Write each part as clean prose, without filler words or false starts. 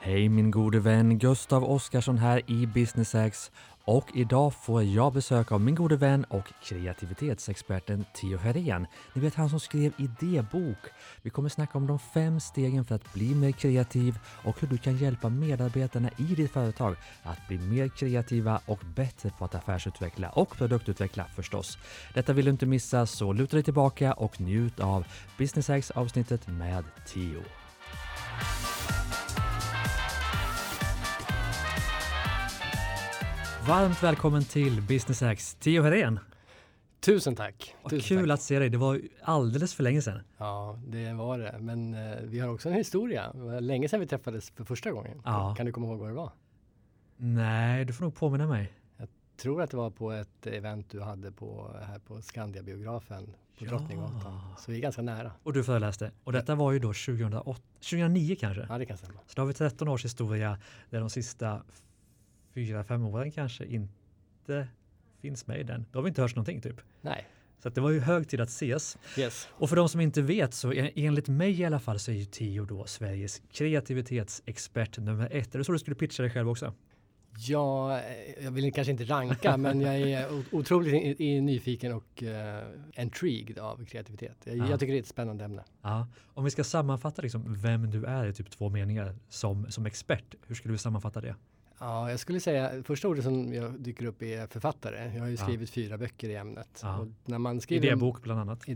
Hej min gode vän Gustav Oskarsson här i BusinessX och idag får jag besök av min gode vän och kreativitetsexperten Theo Herén. Ni vet han som skrev idébok. Vi kommer snacka om de 5 stegen för att bli mer kreativ och hur du kan hjälpa medarbetarna i ditt företag att bli mer kreativa och bättre på att affärsutveckla och produktutveckla förstås. Detta vill du inte missa, så luta dig tillbaka och njut av BusinessX avsnittet med Theo. Varmt välkommen till BusinessX, Theo Herén. Tusen tack. Vad kul att se dig. Det var alldeles för länge sedan. Ja, det var det. Men vi har också en historia. Det var länge sedan vi träffades för första gången. Ja. Kan du komma ihåg vad det var? Nej, du får nog påminna mig. Jag tror att det var på ett event du hade här på Skandia-biografen på Drottninggatan. Så vi är ganska nära. Och du föreläste. Och detta var ju då 2009 kanske? Ja, det kan stämma. Så då har vi 13 års historia där de sista 4-5 åren kanske inte finns med i den. Då har vi inte hört någonting typ. Nej. Så att det var ju hög tid att ses. Yes. Och för de som inte vet så enligt mig i alla fall så är ju Theo då Sveriges kreativitetsexpert nummer 1. Är det så du skulle pitcha dig själv också? Ja, jag vill kanske inte ranka men jag är otroligt nyfiken och intrigued av kreativitet. Jag tycker det är ett spännande ämne. Ja. Om vi ska sammanfatta liksom vem du är i typ 2 meningar som expert, hur skulle du sammanfatta det? Ja, jag skulle säga första ordet som jag dyker upp är författare. Jag har ju skrivit 4 böcker i ämnet. Ja. Och när man skriver idébok bland annat.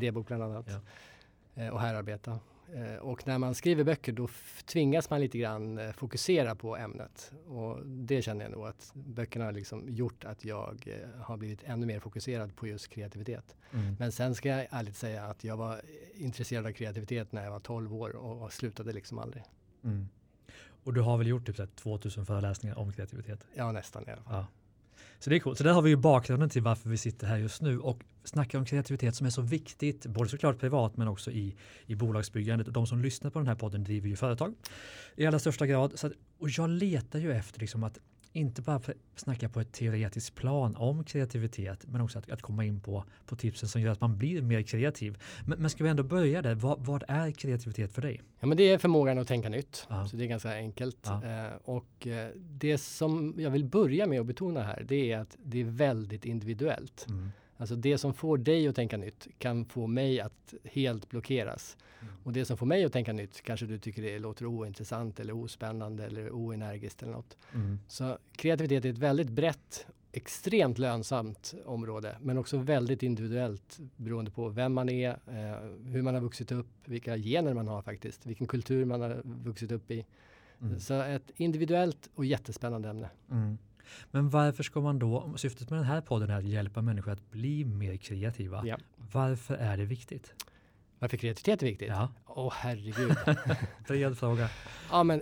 Ja. Och härarbeta. Och när man skriver böcker då tvingas man lite grann fokusera på ämnet. Och det känner jag nog att böckerna har liksom gjort att jag har blivit ännu mer fokuserad på just kreativitet. Mm. Men sen ska jag ärligt säga att jag var intresserad av kreativitet när jag var 12 år och slutade liksom aldrig. Mm. Och du har väl gjort typ 2000 föreläsningar om kreativitet? Ja, nästan i alla fall. Ja. Så det är coolt. Så där har vi ju bakgrunden till varför vi sitter här just nu och snackar om kreativitet som är så viktigt, både såklart privat men också i bolagsbyggandet. De som lyssnar på den här podden driver ju företag i allra största grad. Och jag letar ju efter liksom att inte bara snacka på ett teoretiskt plan om kreativitet men också att komma in på tipsen som gör att man blir mer kreativ. Men ska vi ändå börja där? Vad är kreativitet för dig? Ja, men det är förmågan att tänka nytt. Ja. Så det är ganska enkelt. Ja. Det som jag vill börja med att betona här det är att det är väldigt individuellt. Mm. Alltså det som får dig att tänka nytt kan få mig att helt blockeras. Mm. Och det som får mig att tänka nytt kanske du tycker det låter ointressant eller ospännande eller oenergiskt eller något. Mm. Så kreativitet är ett väldigt brett, extremt lönsamt område men också väldigt individuellt beroende på vem man är, hur man har vuxit upp, vilka gener man har faktiskt, vilken kultur man har vuxit upp i. Mm. Så ett individuellt och jättespännande ämne. Mm. Men varför ska man då, syftet med den här podden är att hjälpa människor att bli mer kreativa. Ja. Varför är det viktigt? Varför kreativitet är viktigt? Ja. Herregud. Bred fråga. Ja, men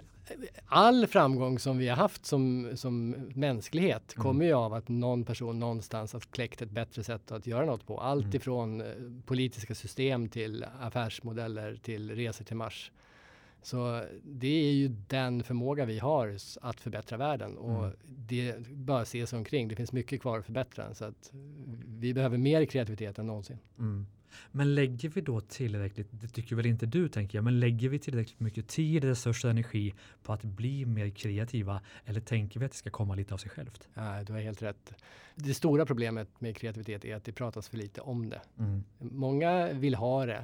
all framgång som vi har haft som mänsklighet kommer ju av att någon person någonstans har kläckt ett bättre sätt att göra något på. Allt ifrån politiska system till affärsmodeller till resor till Mars. Så det är ju den förmåga vi har att förbättra världen och det bör ses omkring. Det finns mycket kvar att förbättra så att vi behöver mer kreativitet än någonsin. Mm. Men lägger vi då tillräckligt, det tycker väl inte du tänker jag, men lägger vi tillräckligt mycket tid, resurser och energi på att bli mer kreativa eller tänker vi att det ska komma lite av sig självt? Ja, du har helt rätt. Det stora problemet med kreativitet är att det pratas för lite om det. Mm. Många vill ha det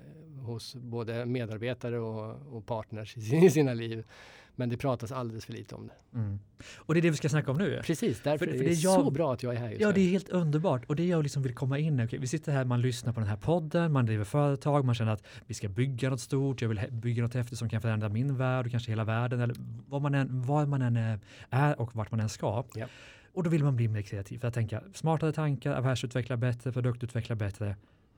hos både medarbetare och partners i sina liv. Men det pratas alldeles för lite om det. Mm. Och det är det vi ska snacka om nu. Precis, därför är det så bra att jag är här just nu. Ja, det är helt underbart. Och det jag liksom vill komma in. Okay, vi sitter här, man lyssnar på den här podden, man driver företag, man känner att vi ska bygga något stort, jag vill bygga något häftigt som kan förändra min värld och kanske hela världen. Eller var man än är och vart man än ska. Ja. Och då vill man bli mer kreativ. För att tänka smartare tankar, affärsutveckla bättre, produktutveckla bättre.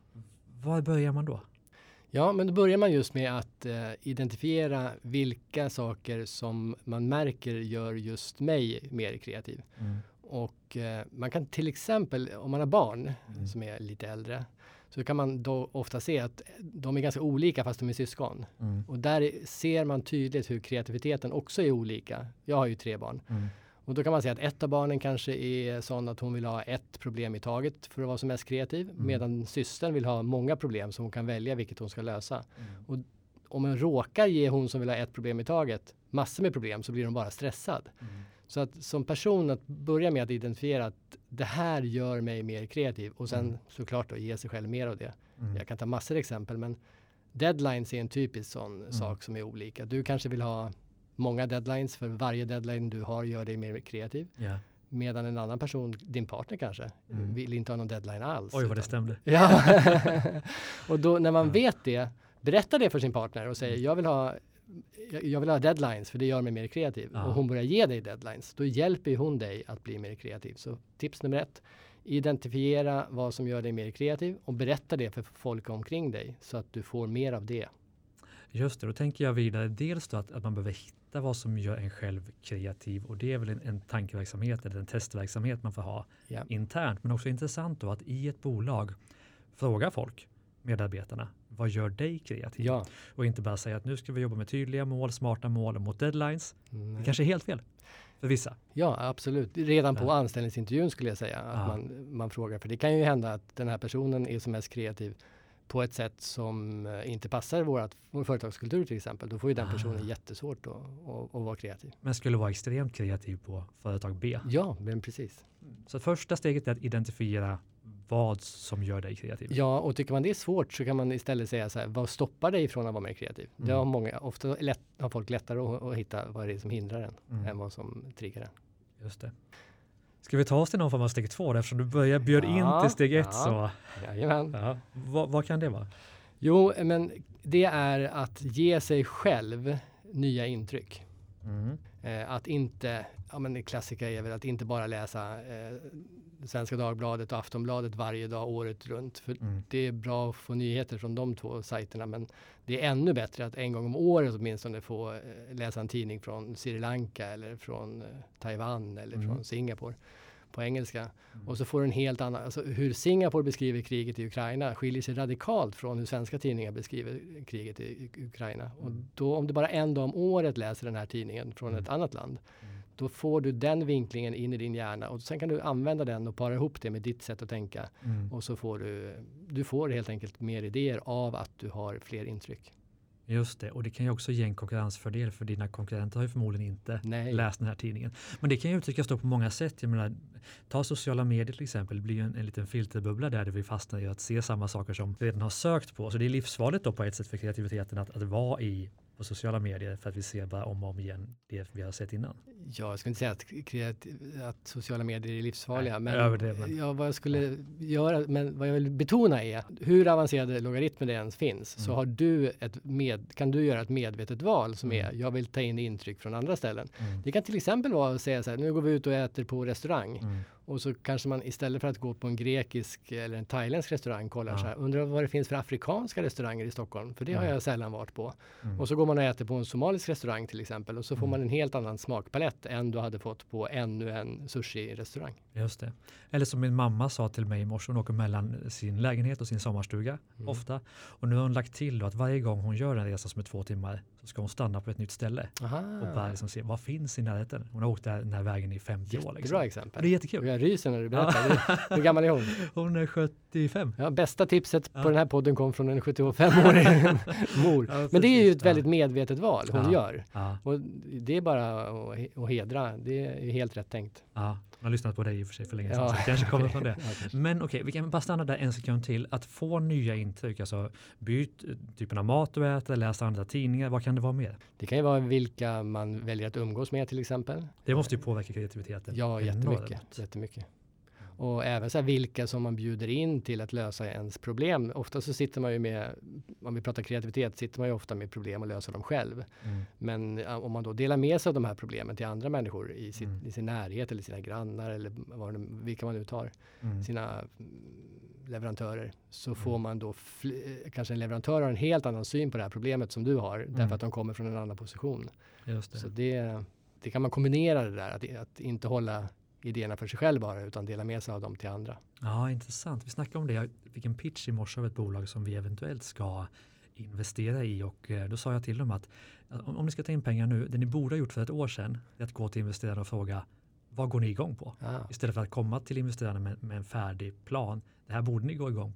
Var börjar man då? Ja, men då börjar man just med att identifiera vilka saker som man märker gör just mig mer kreativ. Mm. Och man kan till exempel, om man har barn som är lite äldre, så kan man då ofta se att de är ganska olika fast de är syskon. Mm. Och där ser man tydligt hur kreativiteten också är olika. Jag har ju 3 barn. Mm. Och då kan man säga att ett av barnen kanske är sån att hon vill ha ett problem i taget för att vara som mest kreativ. Medan systern vill ha många problem som hon kan välja vilket hon ska lösa. Och om man råkar ge hon som vill ha ett problem i taget massor med problem, så blir hon bara stressad. Så att som person att börja med att identifiera att det här gör mig mer kreativ, och sen såklart då ge sig själv mer av det. Jag kan ta massor av exempel, men deadlines är en typisk sån sak som är olika. Du kanske vill ha många deadlines, för varje deadline du har gör dig mer kreativ. Yeah. Medan en annan person, din partner kanske, vill inte ha någon deadline alls. Oj, vad det stämde. Ja. Och då när man vet det, berätta det för sin partner och säger jag vill ha deadlines, för det gör mig mer kreativ. Och hon börjar ge dig deadlines. Då hjälper hon dig att bli mer kreativ. Så tips nummer 1. Identifiera vad som gör dig mer kreativ och berätta det för folk omkring dig så att du får mer av det. Just det, då tänker jag vidare. Dels då att man behöver hitta vad som gör en själv kreativ, och det är väl en tankeverksamhet eller en testverksamhet man får ha internt. Men också intressant då att i ett bolag fråga folk, medarbetarna, vad gör dig kreativ? Ja. Och inte bara säga att nu ska vi jobba med tydliga mål, smarta mål och mot deadlines. Det kanske är helt fel för vissa. Ja, absolut. Redan på anställningsintervjun skulle jag säga att man frågar. För det kan ju hända att den här personen är som mest kreativ på ett sätt som inte passar vår företagskultur till exempel. Då får ju den personen jättesvårt att vara kreativ. Men skulle vara extremt kreativ på företag B. Ja, men precis. Så första steget är att identifiera vad som gör dig kreativ. Ja, och tycker man det är svårt så kan man istället säga så här, vad stoppar dig från att vara mer kreativ? Det har ofta har folk lättare att hitta vad det är som hindrar en än vad som triggar en. Just det. Ska vi ta oss till någon form av steg 2 eftersom du bjöd in till steg 1 så. Jajamän. Ja. Vad kan det vara? Jo, men det är att ge sig själv nya intryck. Att inte, klassiker är väl att inte bara läsa Svenska Dagbladet och Aftonbladet varje dag året runt. För det är bra att få nyheter från de 2 sajterna, men det är ännu bättre att en gång om året åtminstone få läsa en tidning från Sri Lanka eller från Taiwan eller från Singapore på engelska. Och så får du en helt annan, alltså hur Singapore beskriver kriget i Ukraina skiljer sig radikalt från hur svenska tidningar beskriver kriget i Ukraina. Och då om du bara en dag om året läser den här tidningen från ett annat land, då får du den vinklingen in i din hjärna och sen kan du använda den och para ihop det med ditt sätt att tänka. Och så får du får helt enkelt mer idéer av att du har fler intryck. Just det, och det kan ju också ge en konkurrensfördel för dina konkurrenter har ju förmodligen inte läst den här tidningen. Men det kan ju uttryckas då på många sätt. Jag menar, ta sociala medier till exempel, det blir ju en liten filterbubbla där vi fastnar i att se samma saker som vi redan har sökt på. Så det är livsfarligt då på ett sätt för kreativiteten att vara på sociala medier för att vi ser bara om och om igen det vi har sett innan. Ja, jag skulle inte säga att sociala medier är livsfarliga. Nej, men vad jag skulle göra, men vad jag vill betona är hur avancerade logaritmer det ens finns, så har du kan du göra ett medvetet val som är, jag vill ta in intryck från andra ställen. Det kan till exempel vara att säga så här, nu går vi ut och äter på restaurang. Och så kanske man istället för att gå på en grekisk eller en thailändsk restaurang kollar så här, undrar vad det finns för afrikanska restauranger i Stockholm, för det har jag sällan varit på. Och så går man och äter på en somalisk restaurang till exempel, och så får man en helt annan smakpalett än du hade fått på ännu en sushi-restaurang. Just det. Eller som min mamma sa till mig i morse, hon åker mellan sin lägenhet och sin sommarstuga ofta. Och nu har hon lagt till då att varje gång hon gör en resa som är 2 timmar så ska hon stanna på ett nytt ställe. Och bara liksom se vad finns i närheten. Hon har åkt den här vägen i 50 år. Liksom. Bra exempel. Det är jättekul. Jag ryser när du berättar. Hur gammal är hon? Hon är 75. Ja, bästa tipset på den här podden kom från en 75-årig mor. Ja, men det är ju ett väldigt medvetet val hon gör. Och det är bara att hedra. Det är helt rätt tänkt. Ja, man har lyssnat på dig i och för sig för länge sedan. Så det kanske kommer från det. Men okej, vi kan bara stanna där en sekund till. Att få nya intryck, alltså byt typen av mat du äter, läsa andra tidningar. Vad kan det vara mer? Det kan ju vara vilka man väljer att umgås med till exempel. Det måste ju påverka kreativiteten. Ja, jättemycket. Och även så här, vilka som man bjuder in till att lösa ens problem. Ofta så sitter man ju med, om vi pratar kreativitet, sitter man ju ofta med problem och löser dem själv. Men om man då delar med sig av de här problemen till andra människor i sin närhet eller sina grannar eller vilka man nu tar, sina leverantörer, så får man då kanske en leverantör har en helt annan syn på det här problemet som du har, därför att de kommer från en annan position. Just det. Så det kan man kombinera det där, att inte hålla idéerna för sig själv bara, utan dela med sig av dem till andra. Ja, intressant. Vi snackade om det. Jag fick en pitch i morse av ett bolag som vi eventuellt ska investera i, och då sa jag till dem att om ni ska ta in pengar nu, det ni borde ha gjort för ett år sedan är att gå till investerarna och fråga vad går ni igång på? Istället för att komma till investerarna med en färdig plan. Det här borde ni gå igång på.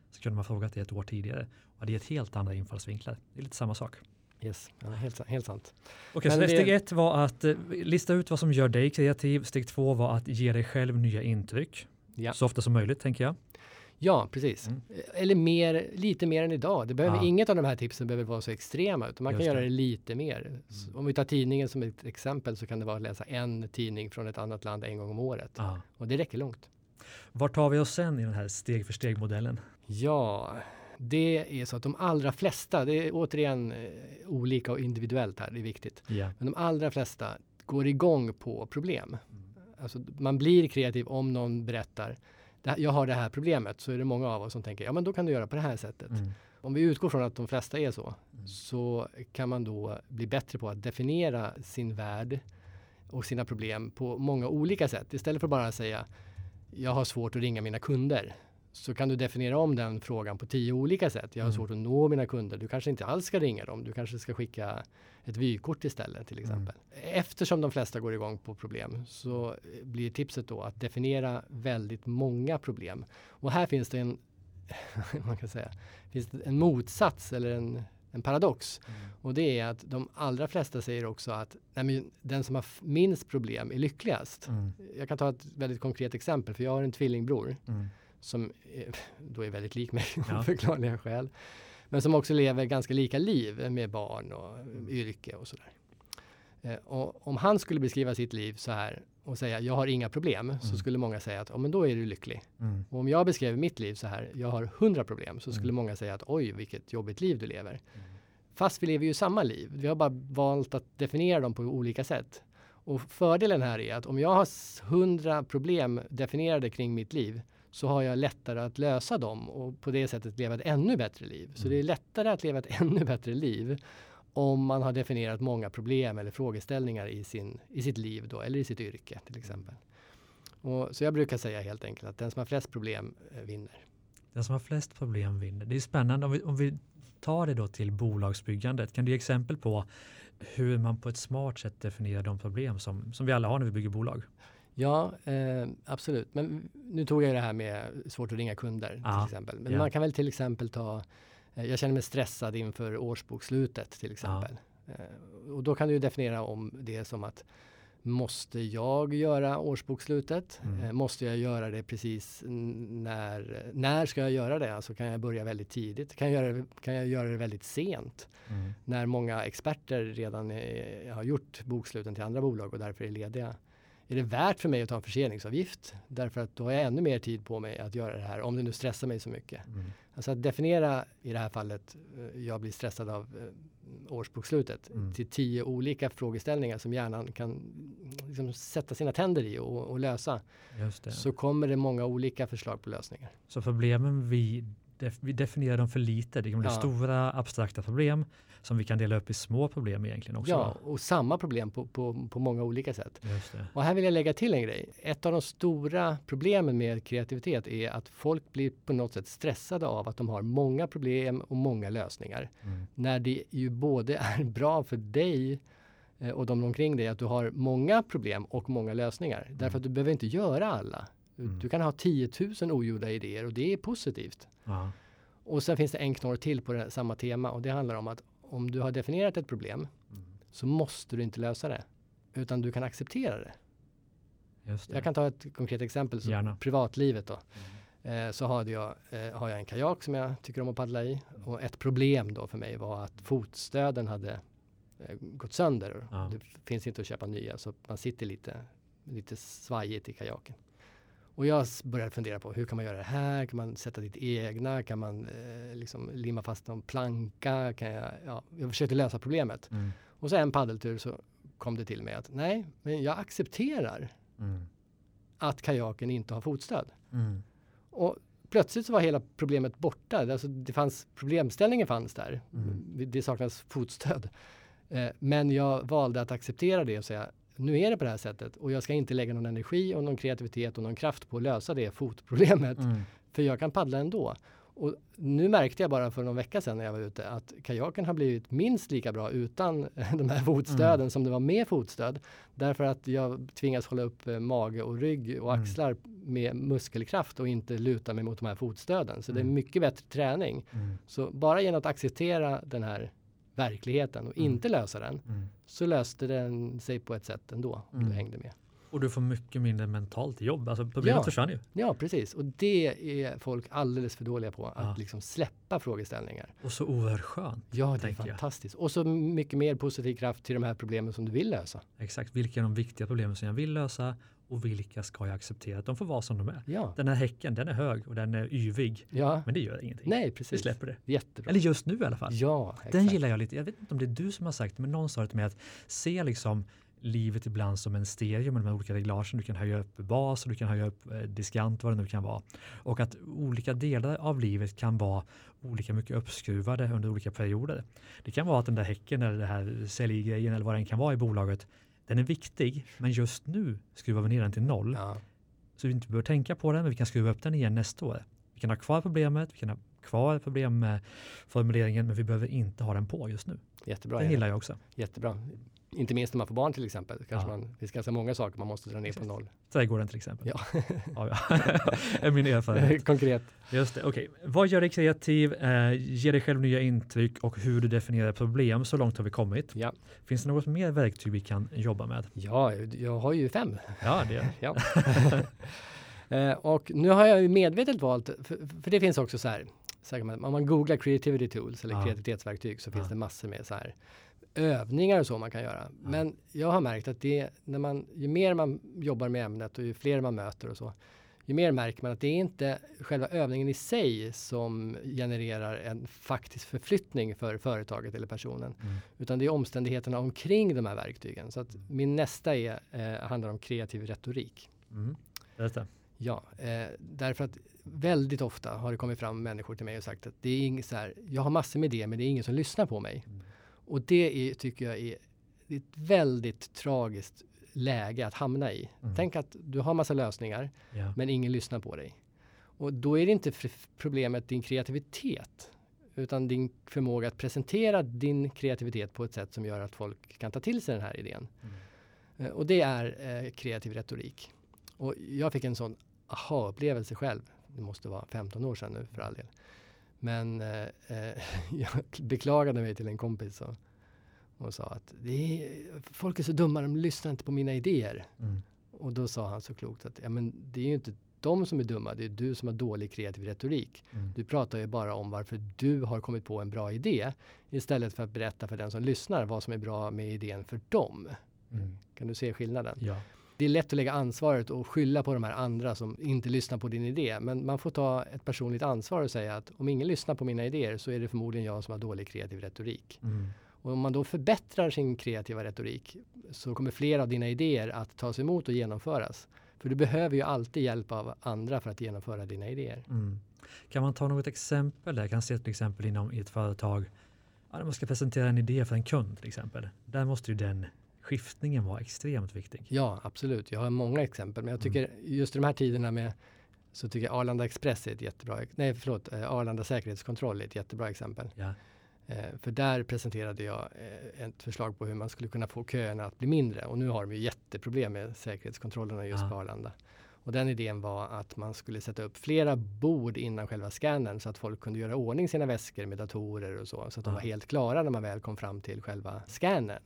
så kunde man frågat det ett år tidigare och hade gett helt andra infallsvinklar. Det är lite samma sak. Yes, ja, helt sant. Okej, så steg 1 var att lista ut vad som gör dig kreativ. Steg 2 var att ge dig själv nya intryck. Ja. Så ofta som möjligt, tänker jag. Ja, precis. Eller lite mer än idag. Inget av de här tipsen behöver vara så extrema, utan man kan göra det lite mer. Om vi tar tidningen som ett exempel, så kan det vara att läsa en tidning från ett annat land en gång om året. Och det räcker långt. Var tar vi oss sen i den här steg för steg-modellen? Ja, det är så att de allra flesta, det är återigen olika och individuellt här, det är viktigt. Yeah. Men de allra flesta går igång på problem. Alltså, man blir kreativ om någon berättar, jag har det här problemet, så är det många av oss som tänker, ja men då kan du göra på det här sättet. Om vi utgår från att de flesta är så kan man då bli bättre på att definiera sin värld och sina problem på många olika sätt. Istället för bara att säga, jag har svårt att ringa mina kunder, så kan du definiera om den frågan på 10 olika sätt. Jag har svårt att nå mina kunder. Du kanske inte alls ska ringa dem. Du kanske ska skicka ett vykort istället, till exempel. Eftersom de flesta går igång på problem, så blir tipset då att definiera väldigt många problem. Och här finns det en motsats eller en paradox. Och det är att de allra flesta säger också att den som har minst problem är lyckligast. Jag kan ta ett väldigt konkret exempel, för jag har en tvillingbror som då är väldigt lik mig av förklarliga skäl. Men som också lever ganska lika liv med barn och yrke och sådär. Och om han skulle beskriva sitt liv så här och säga, jag har inga problem, så skulle många säga att men då är du lycklig. Och om jag beskrev mitt liv så här, jag har 100 problem, så skulle många säga att oj, vilket jobbigt liv du lever. Fast vi lever ju samma liv. Vi har bara valt att definiera dem på olika sätt. Och fördelen här är att om jag har 100 problem definierade kring mitt liv, så har jag lättare att lösa dem och på det sättet leva ett ännu bättre liv. Så det är lättare att leva ett ännu bättre liv om man har definierat många problem eller frågeställningar i sitt liv då, eller i sitt yrke till exempel. Så jag brukar säga helt enkelt att den som har flest problem vinner. Den som har flest problem vinner. Det är spännande om vi tar det då till bolagsbyggandet. Kan du ge exempel på hur man på ett smart sätt definierar de problem som vi alla har när vi bygger bolag? Ja, absolut. Men nu tog jag det här med svårt att ringa kunder till exempel. Men man kan väl till exempel jag känner mig stressad inför årsbokslutet till exempel. Och då kan du definiera om det som att, måste jag göra årsbokslutet? Måste jag göra det precis när ska jag göra det? Alltså kan jag börja väldigt tidigt? Kan jag göra det väldigt sent? När många experter redan har gjort boksluten till andra bolag och därför är lediga. Är det värt för mig att ta en förseningsavgift? Därför att då har jag ännu mer tid på mig att göra det här, om det nu stressar mig så mycket. Alltså att definiera, i det här fallet, jag blir stressad av årsbokslutet, till 10 olika frågeställningar som hjärnan kan liksom sätta sina tänder i och lösa. Just det. Så kommer det många olika förslag på lösningar. Så problemen vi definierar dem för lite. Det kan bli stora abstrakta problem som vi kan dela upp i små problem egentligen också. Ja, och samma problem på många olika sätt. Just det. Och här vill jag lägga till en grej. Ett av de stora problemen med kreativitet är att folk blir på något sätt stressade av att de har många problem och många lösningar. När det ju både är bra för dig och de omkring dig att du har många problem och många lösningar. Därför att du behöver inte göra alla. Du kan ha 10 000 ogjorda idéer och det är positivt. Och sen finns det en knorr till på samma tema, och det handlar om att om du har definierat ett problem så måste du inte lösa det, utan du kan acceptera det. Just det. Jag kan ta ett konkret exempel, så privatlivet då. Så har jag en kajak som jag tycker om att paddla i, och ett problem då för mig var att fotstöden hade gått sönder. Det finns inte att köpa nya, så man sitter lite svajigt i kajaken. Och jag började fundera på, hur kan man göra det här? Kan man sätta ditt egna? Kan man liksom limma fast någon planka? Jag försökte lösa problemet. Och så en paddeltur så kom det till mig att nej, men jag accepterar att kajaken inte har fotstöd. Och plötsligt så var hela problemet borta. Alltså problemställningen fanns där. Det saknas fotstöd. Men jag valde att acceptera det och säga, nu är det på det här sättet och jag ska inte lägga någon energi och någon kreativitet och någon kraft på att lösa det fotproblemet. För jag kan paddla ändå. Och nu märkte jag bara för någon vecka sedan när jag var ute att kajaken har blivit minst lika bra utan de här fotstöden som det var med fotstöd. Därför att jag tvingas hålla upp mage och rygg och axlar med muskelkraft och inte luta mig mot de här fotstöden. Så det är mycket bättre träning. Så bara genom att acceptera den här verkligheten och inte lösa den så löste den sig på ett sätt ändå om du hängde med. Och du får mycket mindre mentalt jobb. Alltså problemet försvann ju. Ja, precis. Och det är folk alldeles för dåliga på. Att liksom släppa frågeställningar. Och så oerhört skönt. Ja, det är fantastiskt. Och så mycket mer positiv kraft till de här problemen som du vill lösa. Exakt. Vilka är de viktiga problemen som jag vill lösa? Och vilka ska jag acceptera att de får vara som de är? Ja. Den här häcken, den är hög och den är yvig. Ja. Men det gör ingenting. Nej, precis. Vi släpper det. Jättebra. Eller just nu i alla fall. Ja, exakt. Den gillar jag lite. Jag vet inte om det är du som har sagt det, men någon sa det till mig att se liksom livet ibland som en stereo med de här olika reglagen. Du kan höja upp bas och du kan höja upp diskant, vad det nu kan vara. Och att olika delar av livet kan vara olika mycket uppskruvade under olika perioder. Det kan vara att den där häcken eller det här säljgrejen eller vad den kan vara i bolaget, den är viktig, men just nu skruvar vi ner den till 0. Ja. Så vi inte behöver tänka på den, men vi kan skruva upp den igen nästa år. Vi kan ha kvar problemet, vi kan ha kvar problem med formuleringen, men vi behöver inte ha den på just nu. Jättebra. Den gillar jag också. Jättebra. Inte minst när man får barn till exempel. Det finns ganska många saker man måste dra ner på 0. Trädgården till exempel. Ja. Är min erfarenhet. Konkret. Just det, okej. Vad gör dig kreativ? Ge dig själv nya intryck och hur du definierar problem. Så långt har vi kommit. Ja. Finns det något mer verktyg vi kan jobba med? Ja, jag har ju 5. Ja, det ja. Och nu har jag ju medvetet valt, för det finns också så här, om man googlar creativity tools eller kreativitetsverktyg så finns det massor med så här övningar och så man kan göra. Men jag har märkt att ju mer man jobbar med ämnet och ju fler man möter och så, ju mer märker man att det är inte själva övningen i sig som genererar en faktisk förflyttning för företaget eller personen. Utan det är omständigheterna omkring de här verktygen. Så att min nästa handlar om kreativ retorik. Ja, därför att väldigt ofta har det kommit fram människor till mig och sagt att det är inget så här, jag har massor med idéer men det är ingen som lyssnar på mig. Och det tycker jag är ett väldigt tragiskt läge att hamna i. Tänk att du har massa lösningar men ingen lyssnar på dig. Och då är det inte problemet din kreativitet utan din förmåga att presentera din kreativitet på ett sätt som gör att folk kan ta till sig den här idén. Och det är kreativ retorik. Och jag fick en sån aha-upplevelse själv. Det måste vara 15 år sedan nu för all del. Men jag beklagade mig till en kompis och sa att folk är så dumma, de lyssnar inte på mina idéer. Och då sa han så klokt att men det är ju inte de som är dumma, det är du som har dålig kreativ retorik. Du pratar ju bara om varför du har kommit på en bra idé istället för att berätta för den som lyssnar vad som är bra med idén för dem. Kan du se skillnaden? Ja. Det är lätt att lägga ansvaret och skylla på de här andra som inte lyssnar på din idé. Men man får ta ett personligt ansvar och säga att om ingen lyssnar på mina idéer så är det förmodligen jag som har dålig kreativ retorik. Och om man då förbättrar sin kreativa retorik så kommer fler av dina idéer att tas emot och genomföras. För du behöver ju alltid hjälp av andra för att genomföra dina idéer. Kan man ta något exempel där? Jag kan se till exempel inom ett företag när man ska presentera en idé för en kund till exempel. Där måste ju den skiftningen var extremt viktig. Ja, absolut. Jag har många exempel. Men jag tycker just i de här tiderna så tycker jag Arlanda Express är ett jättebra... Arlanda Säkerhetskontroll är ett jättebra exempel. Ja. För där presenterade jag ett förslag på hur man skulle kunna få köerna att bli mindre. Och nu har de ju jätteproblem med säkerhetskontrollerna just på Arlanda. Och den idén var att man skulle sätta upp flera bord innan själva scannern så att folk kunde göra ordning sina väskor med datorer och så att de var helt klara när man väl kom fram till själva scannern.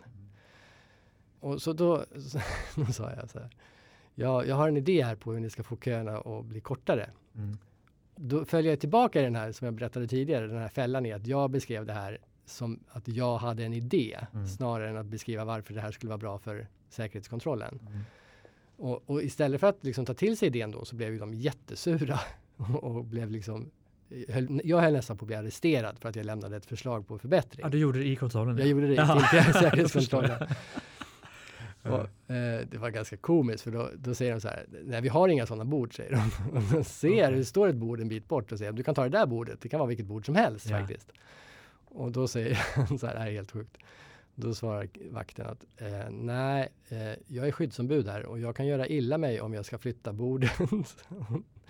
Och så då sa jag så här, jag har en idé här på hur ni ska få köerna att bli kortare. Då följer jag tillbaka den här som jag berättade tidigare, den här fällan i att jag beskrev det här som att jag hade en idé snarare än att beskriva varför det här skulle vara bra för säkerhetskontrollen. Och istället för att liksom ta till sig idén då så blev de jättesura och blev liksom jag höll nästan på att bli arresterad för att jag lämnade ett förslag på förbättring. Ja, du gjorde det i kontrollen? Jag gjorde det i säkerhetskontrollen. Och, det var ganska komiskt för då säger de så här, nej vi har inga sådana bord, säger de. Och de ser, det står ett bord en bit bort och säger, du kan ta det där bordet, det kan vara vilket bord som helst faktiskt. Och då säger han så här, det här är helt sjukt. Då svarar vakten att nej, jag är skyddsombud här och jag kan göra illa mig om jag ska flytta bordet.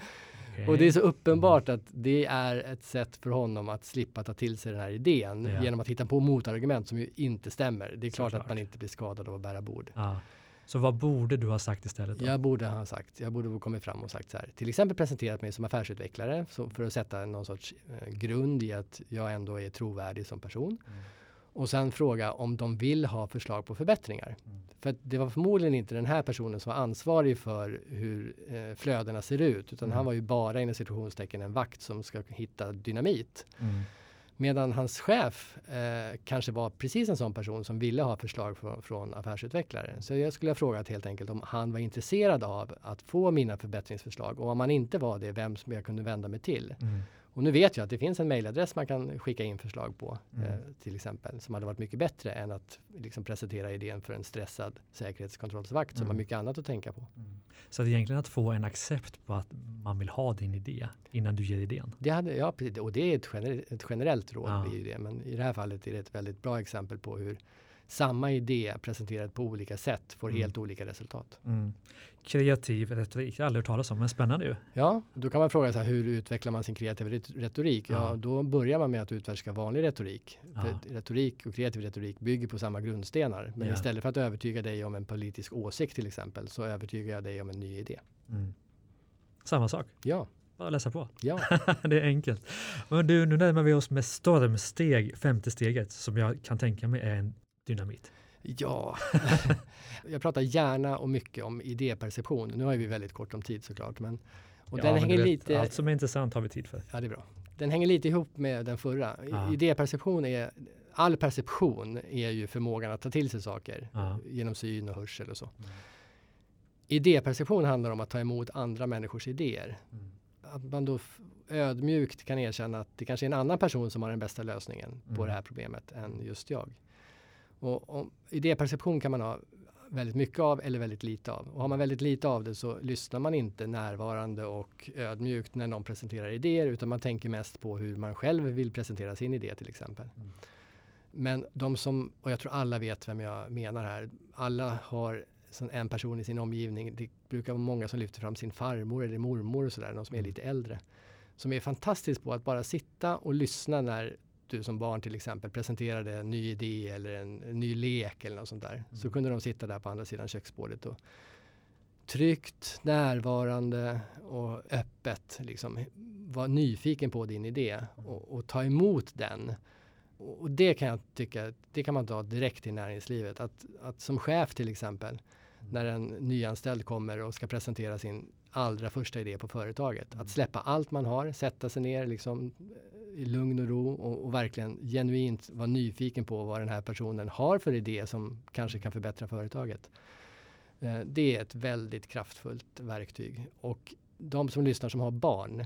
Okay. Och det är så uppenbart att det är ett sätt för honom att slippa ta till sig den här idén genom att hitta på motargument som ju inte stämmer. Det är klart att man inte blir skadad av att bära bord. Ja. Så vad borde du ha sagt istället då? Jag borde ha kommit fram och sagt så här. Till exempel presenterat mig som affärsutvecklare för att sätta någon sorts grund i att jag ändå är trovärdig som person. Och sen fråga om de vill ha förslag på förbättringar. För att det var förmodligen inte den här personen som var ansvarig för hur flödena ser ut. Utan han var ju bara inom situationstecken en vakt som ska hitta dynamit. Medan hans chef kanske var precis en sån person som ville ha förslag från affärsutvecklare. Så jag skulle ha frågat helt enkelt om han var intresserad av att få mina förbättringsförslag. Och om han inte var det, vem som jag kunde vända mig till. Och nu vet jag att det finns en mejladress man kan skicka in förslag på, till exempel, som hade varit mycket bättre än att liksom presentera idén för en stressad säkerhetskontrollsvakt som har mycket annat att tänka på. Så det är egentligen att få en accept på att man vill ha din idé innan du ger idén? Precis. Och det är ett generellt råd i det. Men i det här fallet är det ett väldigt bra exempel på hur samma idé presenterad på olika sätt får helt olika resultat. Kreativ retorik, jag har aldrig hört talas om, men spännande ju. Ja, då kan man fråga så här, hur utvecklar man sin kreativa retorik? Ja, då börjar man med att utforska vanlig retorik. För retorik och kreativ retorik bygger på samma grundstenar. Men istället för att övertyga dig om en politisk åsikt till exempel, så övertygar jag dig om en ny idé. Samma sak? Ja. Bara läsa på. Ja. Det är enkelt. Men du, nu närmar vi oss med stormsteg, 5:e steget, som jag kan tänka mig är en dynamit. Ja, jag pratar gärna och mycket om idéperception. Nu har vi väldigt kort om tid såklart. Den hänger lite... Allt som är intressant har vi tid för. Ja, det är bra. Den hänger lite ihop med den förra. Idéperception all perception är ju förmågan att ta till sig saker genom syn och hörsel och så. Idéperception handlar om att ta emot andra människors idéer. Att man då ödmjukt kan erkänna att det kanske är en annan person som har den bästa lösningen på det här problemet än just jag. Och idéperception kan man ha väldigt mycket av eller väldigt lite av. Och har man väldigt lite av det så lyssnar man inte närvarande och ödmjukt när någon presenterar idéer, utan man tänker mest på hur man själv vill presentera sin idé till exempel. Men och jag tror alla vet vem jag menar här, alla har en person i sin omgivning, det brukar vara många som lyfter fram sin farmor eller mormor och sådär, någon som är lite äldre, som är fantastiskt på att bara sitta och lyssna när du som barn till exempel presenterade en ny idé eller en ny lek eller något sånt där. Så kunde de sitta där på andra sidan köksbordet och tryggt, närvarande och öppet liksom vara nyfiken på din idé och ta emot den. Och det kan jag tycka, det kan man ta direkt i näringslivet. Att som chef till exempel, när en nyanställd kommer och ska presentera sin allra första idé på företaget. Att släppa allt man har, sätta sig ner liksom i lugn och ro och verkligen genuint vara nyfiken på vad den här personen har för idé som kanske kan förbättra företaget. Det är ett väldigt kraftfullt verktyg. Och de som lyssnar som har barn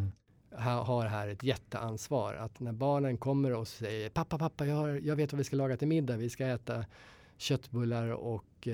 har här ett jätteansvar. Att när barnen kommer och säger pappa, jag vet vad vi ska laga till middag. Vi ska äta köttbullar och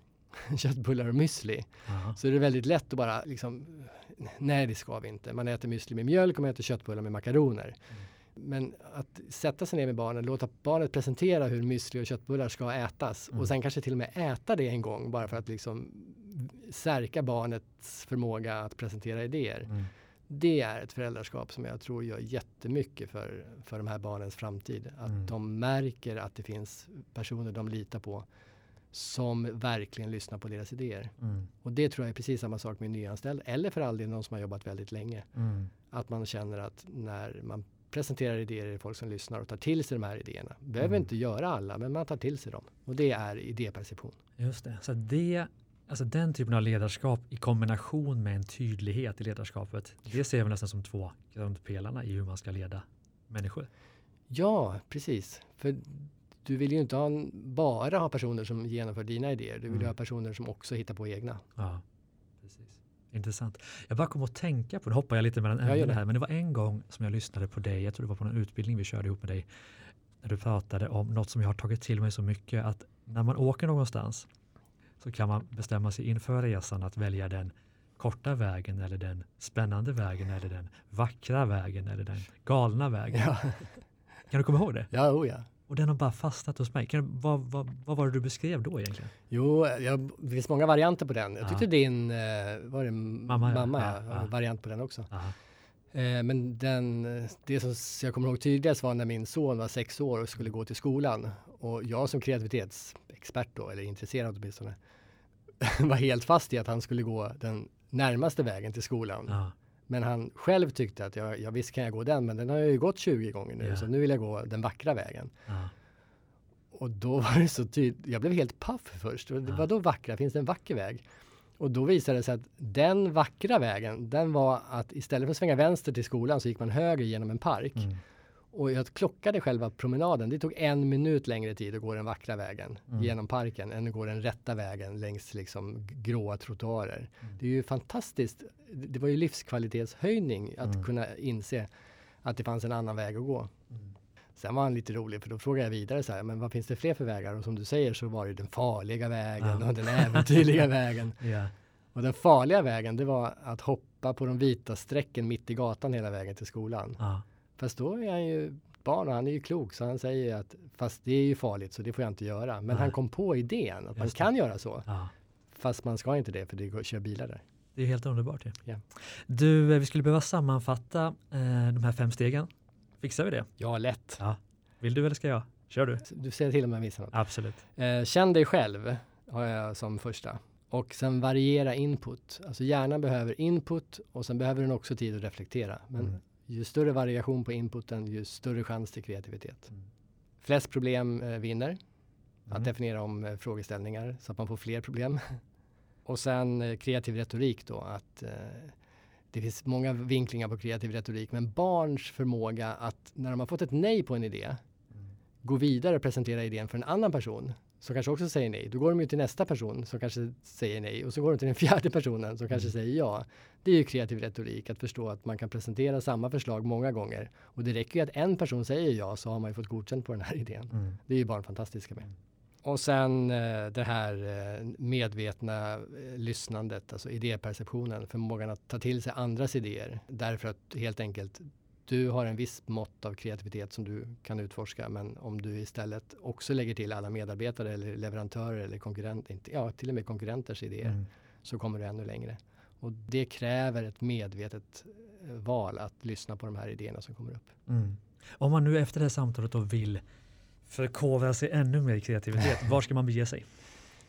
müsli. Så är det väldigt lätt att bara liksom, nej det ska vi inte. Man äter müsli med mjölk och man äter köttbullar med makaroner. Men att sätta sig ner med barnen, låta barnet presentera hur müsli och köttbullar ska ätas och sen kanske till och med äta det en gång bara för att liksom stärka barnets förmåga att presentera idéer. Det är ett föräldraskap som jag tror gör jättemycket för de här barnens framtid. Att de märker att det finns personer de litar på som verkligen lyssnar på deras idéer. Och det tror jag är precis samma sak med nyanställd eller för all del någon som har jobbat väldigt länge. Att man känner att när man presenterar idéer är det folk som lyssnar och tar till sig de här idéerna. Behöver inte göra alla, men man tar till sig dem. Och det är idéperception. Just det. Så alltså den typen av ledarskap i kombination med en tydlighet i ledarskapet, det ser vi nästan som 2 grundpelarna i hur man ska leda människor. Ja, precis. För du vill ju inte bara ha personer som genomför dina idéer. Du vill ju ha personer som också hittar på egna. Ja, precis. Intressant. Jag bara kom att tänka på, nu hoppar jag lite mellan ämnen här, men det var en gång som jag lyssnade på dig, jag tror det var på en utbildning vi körde ihop med dig, när du pratade om något som jag har tagit till mig så mycket, att när man åker någonstans så kan man bestämma sig inför resan att välja den korta vägen eller den spännande vägen eller den vackra vägen eller den galna vägen. Ja. Kan du komma ihåg det? Ja, Och den har bara fastnat hos mig. Vad var det du beskrev då egentligen? Jo, det finns många varianter på den. Jag tyckte din mamma variant på den också. Men det som jag kommer ihåg tydligast var när min son var 6 år och skulle gå till skolan. Och jag som kreativitetsexpert då, eller intresserad åtminstone, var helt fast i att han skulle gå den närmaste vägen till skolan. Men han själv tyckte att jag visst kan jag gå den, men den har jag ju gått 20 gånger nu, så nu vill jag gå den vackra vägen. Och då var det så tydligt, jag blev helt paff först. Vadå vackra? Finns det en vacker väg? Och då visade det sig att den vackra vägen, den var att istället för att svänga vänster till skolan så gick man höger genom en park. Och jag klockade själva promenaden. Det tog 1 minut längre tid att gå den vackra vägen genom parken än att gå den rätta vägen längs liksom gråa trottoarer. Det är ju fantastiskt. Det var ju livskvalitetshöjning att kunna inse att det fanns en annan väg att gå. Sen var han lite rolig, för då frågade jag vidare så här, men vad finns det fler för vägar? Och som du säger så var det den farliga vägen och den äventyrliga vägen. Och den farliga vägen, det var att hoppa på de vita strecken mitt i gatan hela vägen till skolan. Fast då är han ju barn och han är ju klok, så han säger att fast det är ju farligt så det får jag inte göra. Men han kom på idén att man kan göra så. Fast man ska inte det, för det går att köra bilar där. Det är helt underbart. Du, vi skulle behöva sammanfatta de här 5 stegen. Fixar vi det? Ja, lätt. Vill du eller ska jag? Kör du. Du säger till om jag missar något. Absolut. Känn dig själv har jag som första. Och sen variera input. Alltså hjärnan behöver input och sen behöver den också tid att reflektera. Men ju större variation på inputen, ju större chans till kreativitet. Flest problem vinner. Att definiera om frågeställningar så att man får fler problem. Och sen kreativ retorik då. Att det finns många vinklingar på kreativ retorik. Men barns förmåga att när de har fått ett nej på en idé gå vidare och presentera idén för en annan person som kanske också säger nej. Då går de ju till nästa person som kanske säger nej. Och så går de till den 4:e personen som kanske säger ja. Det är ju kreativ retorik att förstå att man kan presentera samma förslag många gånger. Och det räcker ju att en person säger ja, så har man ju fått godkänt på den här idén. Det är ju barn fantastiska med. Och sen det här medvetna lyssnandet, alltså idéperceptionen, förmågan att ta till sig andras idéer. Därför att helt enkelt du har en viss mått av kreativitet som du kan utforska, men om du istället också lägger till alla medarbetare eller leverantörer eller konkurrenter, till och med konkurrenters idéer, så kommer du ännu längre. Och det kräver ett medvetet val att lyssna på de här idéerna som kommer upp. Om man nu efter det här samtalet då vill förkovra sig ännu mer i kreativitet, var ska man bege sig?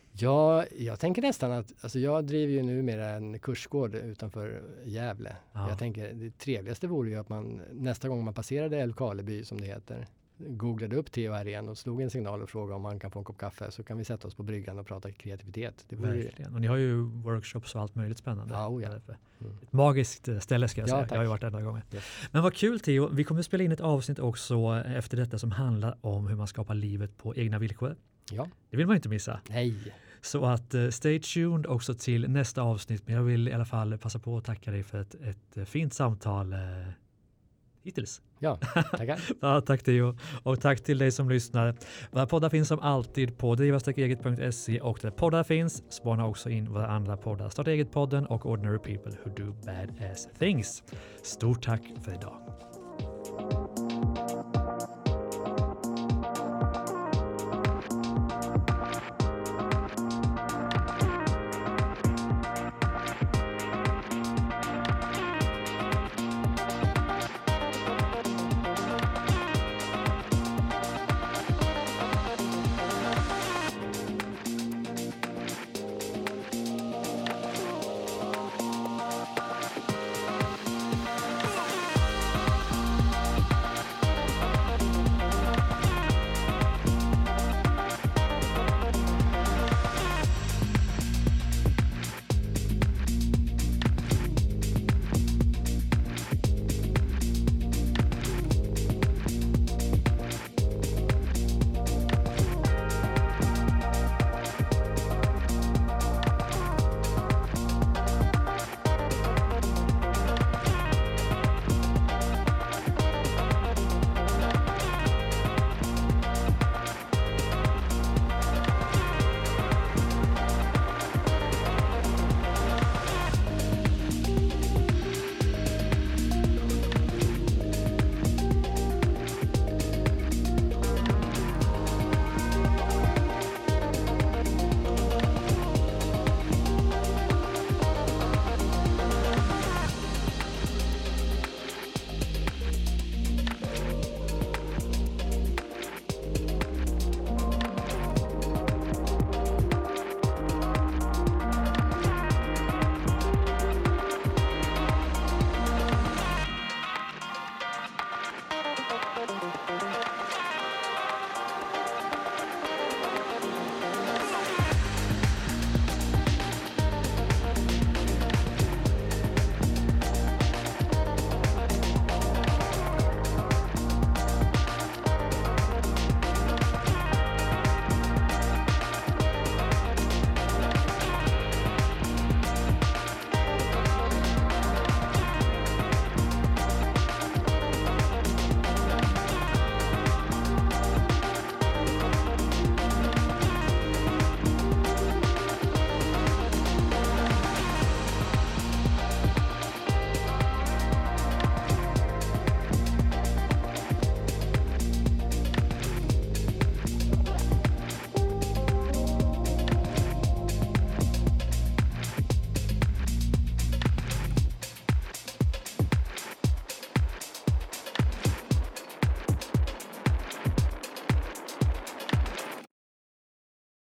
Ja, jag tänker nästan att, alltså jag driver ju numera en kursgård utanför Gävle. Jag tänker det trevligaste vore ju att man nästa gång man passerade Älvkarleby som det heter, googlade upp THRN och slog en signal och frågade om man kan få en kopp kaffe, så kan vi sätta oss på bryggan och prata kreativitet. Det vore verkligen. Och ni har ju workshops och allt möjligt spännande. Ett magiskt ställe ska jag säga. Jag har ju varit där några gånger. Men vad kul Theo, vi kommer att spela in ett avsnitt också efter detta som handlar om hur man skapar livet på egna villkor. Det vill man inte missa. Nej. Så att stay tuned också till nästa avsnitt. Men jag vill i alla fall passa på att tacka dig för ett fint samtal hittills. Ja, tackar. Ja, tack Theo. Och tack till dig som lyssnar. Våra poddar finns som alltid på driva-eget.se och där poddar finns spana också in våra andra poddar. Starta eget-podden och Ordinary People Who Do Badass Things. Stort tack för idag.